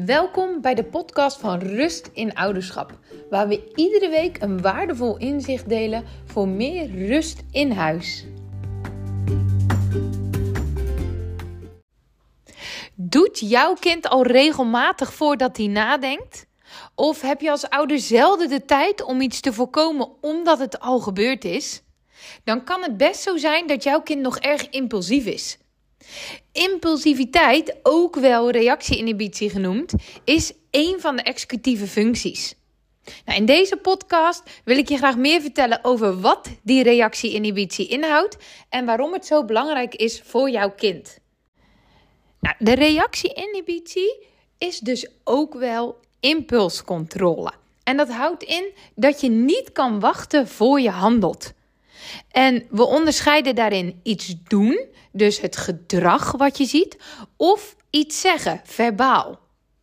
Welkom bij de podcast van Rust in Ouderschap, waar we iedere week een waardevol inzicht delen voor meer rust in huis. Doet jouw kind al regelmatig voordat hij nadenkt? Of heb je als ouder zelden de tijd om iets te voorkomen omdat het al gebeurd is? Dan kan het best zo zijn dat jouw kind nog erg impulsief is. Impulsiviteit, ook wel reactie-inhibitie genoemd, is één van de executieve functies. Nou, in deze podcast wil ik je graag meer vertellen over wat die reactie-inhibitie inhoudt en waarom het zo belangrijk is voor jouw kind. Nou, de reactie-inhibitie is dus ook wel impulscontrole. En dat houdt in dat je niet kan wachten voor je handelt. En we onderscheiden daarin iets doen, dus het gedrag wat je ziet, of iets zeggen, verbaal.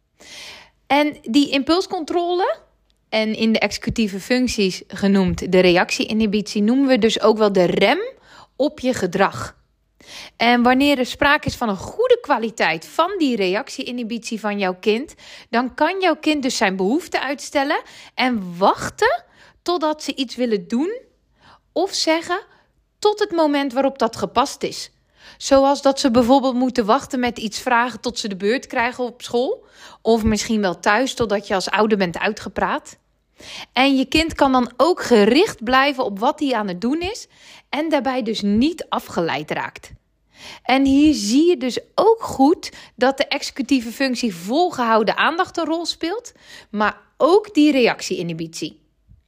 En die impulscontrole, en in de executieve functies genoemd de reactie-inhibitie, noemen we dus ook wel de rem op je gedrag. En wanneer er sprake is van een goede kwaliteit van die reactie-inhibitie van jouw kind, dan kan jouw kind dus zijn behoefte uitstellen en wachten totdat ze iets willen doen of zeggen tot het moment waarop dat gepast is. Zoals dat ze bijvoorbeeld moeten wachten met iets vragen tot ze de beurt krijgen op school. Of misschien wel thuis totdat je als ouder bent uitgepraat. En je kind kan dan ook gericht blijven op wat hij aan het doen is. En daarbij dus niet afgeleid raakt. En hier zie je dus ook goed dat de executieve functie volgehouden aandacht een rol speelt. Maar ook die reactie-inhibitie.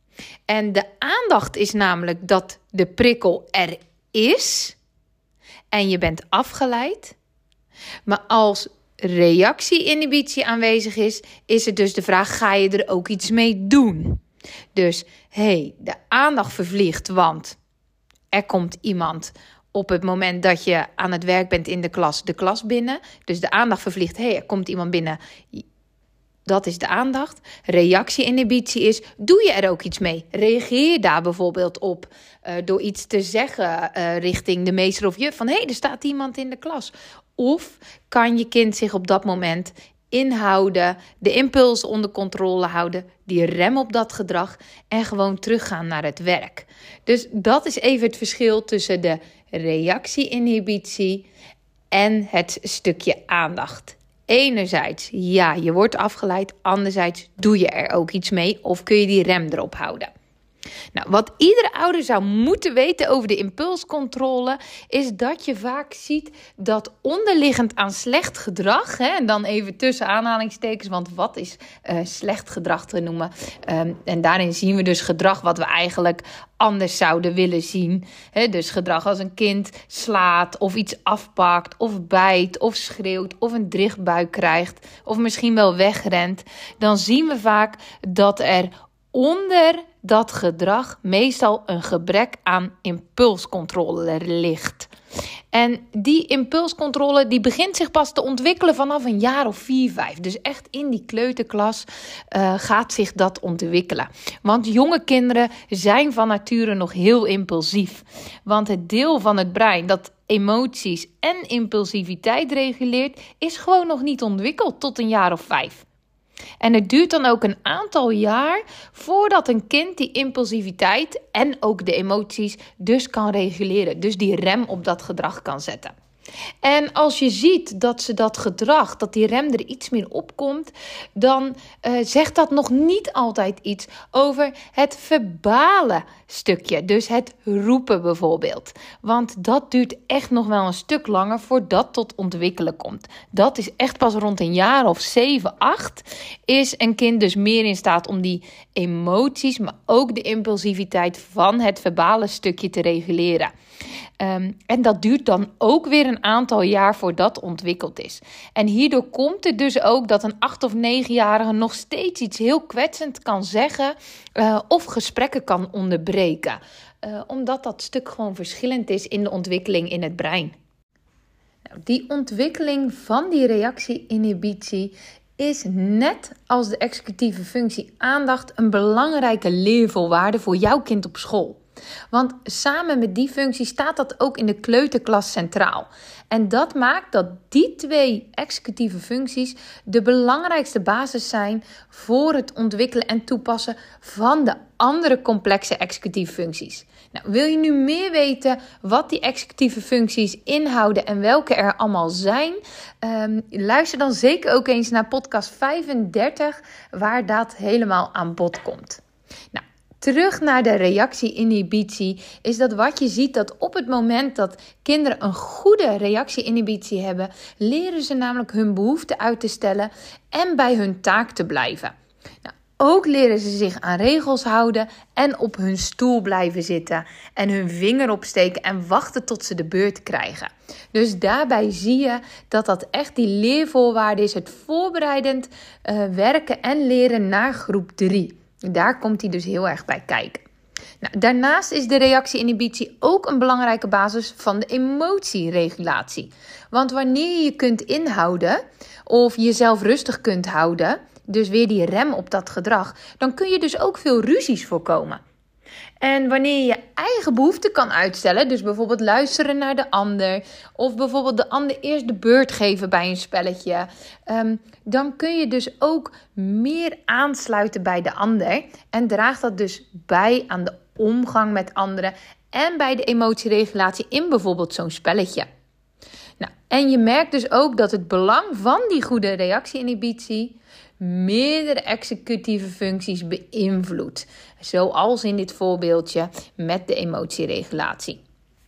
En de aandacht is namelijk dat de prikkel er is en je bent afgeleid. Maar als reactie-inhibitie aanwezig is het dus de vraag, ga je er ook iets mee doen? Dus, de aandacht vervliegt, want er komt iemand op het moment dat je aan het werk bent in de klas binnen. Dus de aandacht vervliegt, er komt iemand binnen. Dat is de aandacht. Reactie-inhibitie is, doe je er ook iets mee? Reageer je daar bijvoorbeeld op door iets te zeggen richting de meester of juf van er staat iemand in de klas. Of kan je kind zich op dat moment inhouden, de impuls onder controle houden, die rem op dat gedrag en gewoon teruggaan naar het werk. Dus dat is even het verschil tussen de reactie-inhibitie en het stukje aandacht. Enerzijds, ja, je wordt afgeleid. Anderzijds, doe je er ook iets mee of kun je die rem erop houden? Nou, wat iedere ouder zou moeten weten over de impulscontrole is dat je vaak ziet dat onderliggend aan slecht gedrag, en dan even tussen aanhalingstekens, want wat is slecht gedrag te noemen? En daarin zien we dus gedrag wat we eigenlijk anders zouden willen zien. Dus gedrag als een kind slaat of iets afpakt of bijt of schreeuwt of een drichtbuik krijgt of misschien wel wegrent. Dan zien we vaak dat er onder dat gedrag meestal een gebrek aan impulscontrole ligt. En die impulscontrole die begint zich pas te ontwikkelen vanaf een jaar of 4, 5. Dus echt in die kleuterklas gaat zich dat ontwikkelen. Want jonge kinderen zijn van nature nog heel impulsief. Want het deel van het brein dat emoties en impulsiviteit reguleert, is gewoon nog niet ontwikkeld tot een jaar of 5. En het duurt dan ook een aantal jaar voordat een kind die impulsiviteit en ook de emoties dus kan reguleren. Dus die rem op dat gedrag kan zetten. En als je ziet dat ze dat gedrag, dat die rem er iets meer opkomt, dan zegt dat nog niet altijd iets over het verbale stukje. Dus het roepen bijvoorbeeld. Want dat duurt echt nog wel een stuk langer voordat tot ontwikkelen komt. Dat is echt pas rond een jaar of 7, 8 is een kind dus meer in staat om die emoties, maar ook de impulsiviteit van het verbale stukje te reguleren. En dat duurt dan ook weer een aantal jaar voordat ontwikkeld is. En hierdoor komt het dus ook dat een 8 of 9-jarige nog steeds iets heel kwetsend kan zeggen of gesprekken kan onderbreken. Omdat dat stuk gewoon verschillend is in de ontwikkeling in het brein. Nou, die ontwikkeling van die reactie-inhibitie is net als de executieve functie aandacht een belangrijke leervoorwaarde voor jouw kind op school. Want samen met die functie staat dat ook in de kleuterklas centraal. En dat maakt dat die 2 executieve functies de belangrijkste basis zijn voor het ontwikkelen en toepassen van de andere complexe executieve functies. Nou, wil je nu meer weten wat die executieve functies inhouden en welke er allemaal zijn? Luister dan zeker ook eens naar podcast 35, waar dat helemaal aan bod komt. Nou, terug naar de reactie-inhibitie is dat wat je ziet, dat op het moment dat kinderen een goede reactie-inhibitie hebben, leren ze namelijk hun behoefte uit te stellen en bij hun taak te blijven. Nou, ook leren ze zich aan regels houden en op hun stoel blijven zitten en hun vinger opsteken en wachten tot ze de beurt krijgen. Dus daarbij zie je dat dat echt die leervoorwaarde is, het voorbereidend werken en leren naar groep 3. Daar komt hij dus heel erg bij kijken. Nou, daarnaast is de reactie-inhibitie ook een belangrijke basis van de emotieregulatie. Want wanneer je je kunt inhouden of jezelf rustig kunt houden, dus weer die rem op dat gedrag, dan kun je dus ook veel ruzies voorkomen. En wanneer je je eigen behoeften kan uitstellen, dus bijvoorbeeld luisteren naar de ander, of bijvoorbeeld de ander eerst de beurt geven bij een spelletje, dan kun je dus ook meer aansluiten bij de ander en draagt dat dus bij aan de omgang met anderen en bij de emotieregulatie in bijvoorbeeld zo'n spelletje. Nou, en je merkt dus ook dat het belang van die goede reactie-inhibitie meerdere executieve functies beïnvloedt. Zoals in dit voorbeeldje met de emotieregulatie.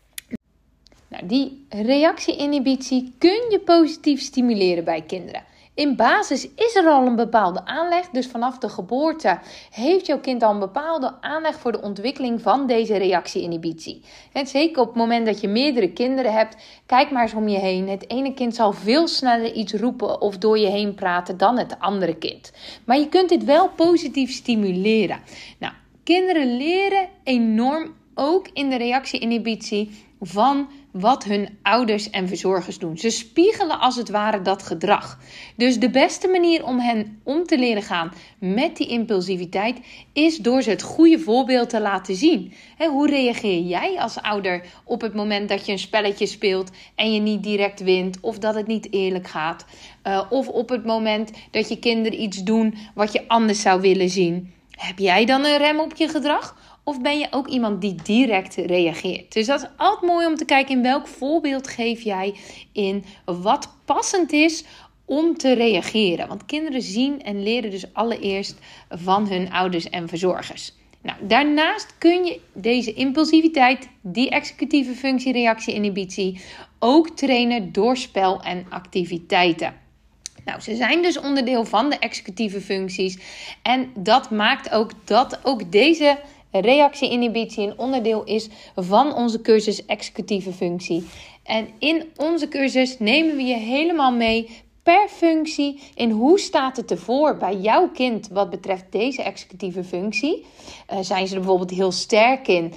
Nou, die reactie-inhibitie kun je positief stimuleren bij kinderen. In basis is er al een bepaalde aanleg, dus vanaf de geboorte heeft jouw kind al een bepaalde aanleg voor de ontwikkeling van deze reactie-inhibitie. En zeker op het moment dat je meerdere kinderen hebt, kijk maar eens om je heen. Het ene kind zal veel sneller iets roepen of door je heen praten dan het andere kind. Maar je kunt dit wel positief stimuleren. Nou, kinderen leren enorm ook in de reactie-inhibitie van wat hun ouders en verzorgers doen. Ze spiegelen als het ware dat gedrag. Dus de beste manier om hen om te leren gaan met die impulsiviteit is door ze het goede voorbeeld te laten zien. Hoe reageer jij als ouder op het moment dat je een spelletje speelt en je niet direct wint of dat het niet eerlijk gaat? Of op het moment dat je kinderen iets doen wat je anders zou willen zien. Heb jij dan een rem op je gedrag? Of ben je ook iemand die direct reageert? Dus dat is altijd mooi om te kijken in welk voorbeeld geef jij in wat passend is om te reageren. Want kinderen zien en leren dus allereerst van hun ouders en verzorgers. Nou, daarnaast kun je deze impulsiviteit, die executieve functie, reactie-inhibitie, ook trainen door spel en activiteiten. Nou, ze zijn dus onderdeel van de executieve functies. En dat maakt ook dat ook deze reactie-inhibitie een onderdeel is van onze cursus executieve functie. En in onze cursus nemen we je helemaal mee per functie in hoe staat het ervoor bij jouw kind wat betreft deze executieve functie. Zijn ze er bijvoorbeeld heel sterk in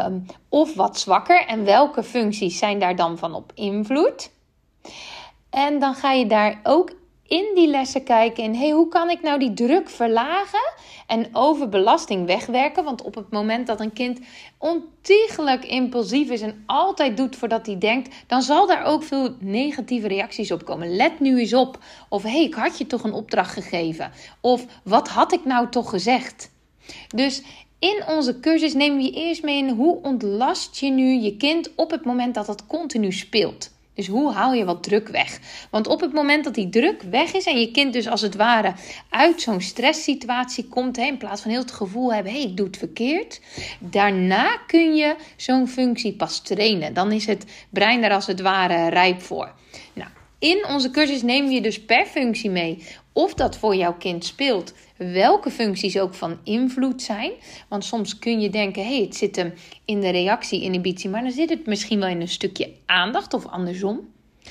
of wat zwakker en welke functies zijn daar dan van op invloed? En dan ga je daar ook in die lessen kijken in hoe kan ik nou die druk verlagen en overbelasting wegwerken. Want op het moment dat een kind ontiegelijk impulsief is en altijd doet voordat hij denkt, dan zal daar ook veel negatieve reacties op komen. Let nu eens op. Of ik had je toch een opdracht gegeven. Of wat had ik nou toch gezegd? Dus in onze cursus nemen we je eerst mee in hoe ontlast je nu je kind op het moment dat het continu speelt. Dus hoe haal je wat druk weg? Want op het moment dat die druk weg is en je kind dus als het ware uit zo'n stresssituatie komt, in plaats van heel het gevoel hebben, ik doe het verkeerd. Daarna kun je zo'n functie pas trainen. Dan is het brein er als het ware rijp voor. Nou, in onze cursus nemen we je dus per functie mee of dat voor jouw kind speelt. Welke functies ook van invloed zijn. Want soms kun je denken, het zit hem in de reactie-inhibitie, maar dan zit het misschien wel in een stukje aandacht of andersom.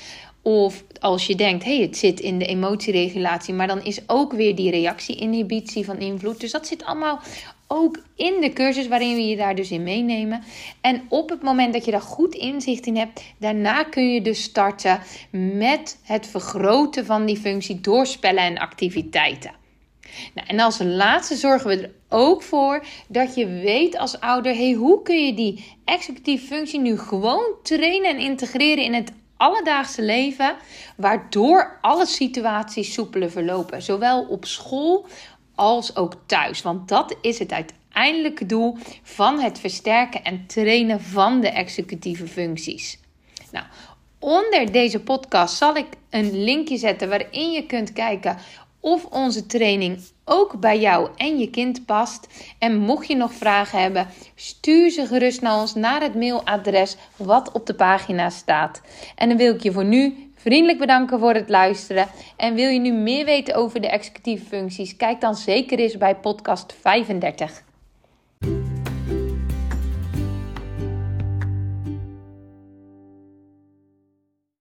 Of als je denkt, het zit in de emotieregulatie, maar dan is ook weer die reactie-inhibitie van invloed. Dus dat zit allemaal ook in de cursus waarin we je daar dus in meenemen. En op het moment dat je daar goed inzicht in hebt, daarna kun je dus starten met het vergroten van die functie door spellen en activiteiten. Nou, en als laatste zorgen we er ook voor dat je weet als ouder, hoe kun je die executieve functie nu gewoon trainen en integreren in het alledaagse leven, waardoor alle situaties soepeler verlopen. Zowel op school als ook thuis. Want dat is het uiteindelijke doel van het versterken en trainen van de executieve functies. Nou, onder deze podcast zal ik een linkje zetten waarin je kunt kijken of onze training ook bij jou en je kind past. En mocht je nog vragen hebben, stuur ze gerust naar ons, naar het mailadres wat op de pagina staat. En dan wil ik je voor nu vriendelijk bedanken voor het luisteren. En wil je nu meer weten over de executieve functies, kijk dan zeker eens bij podcast 35.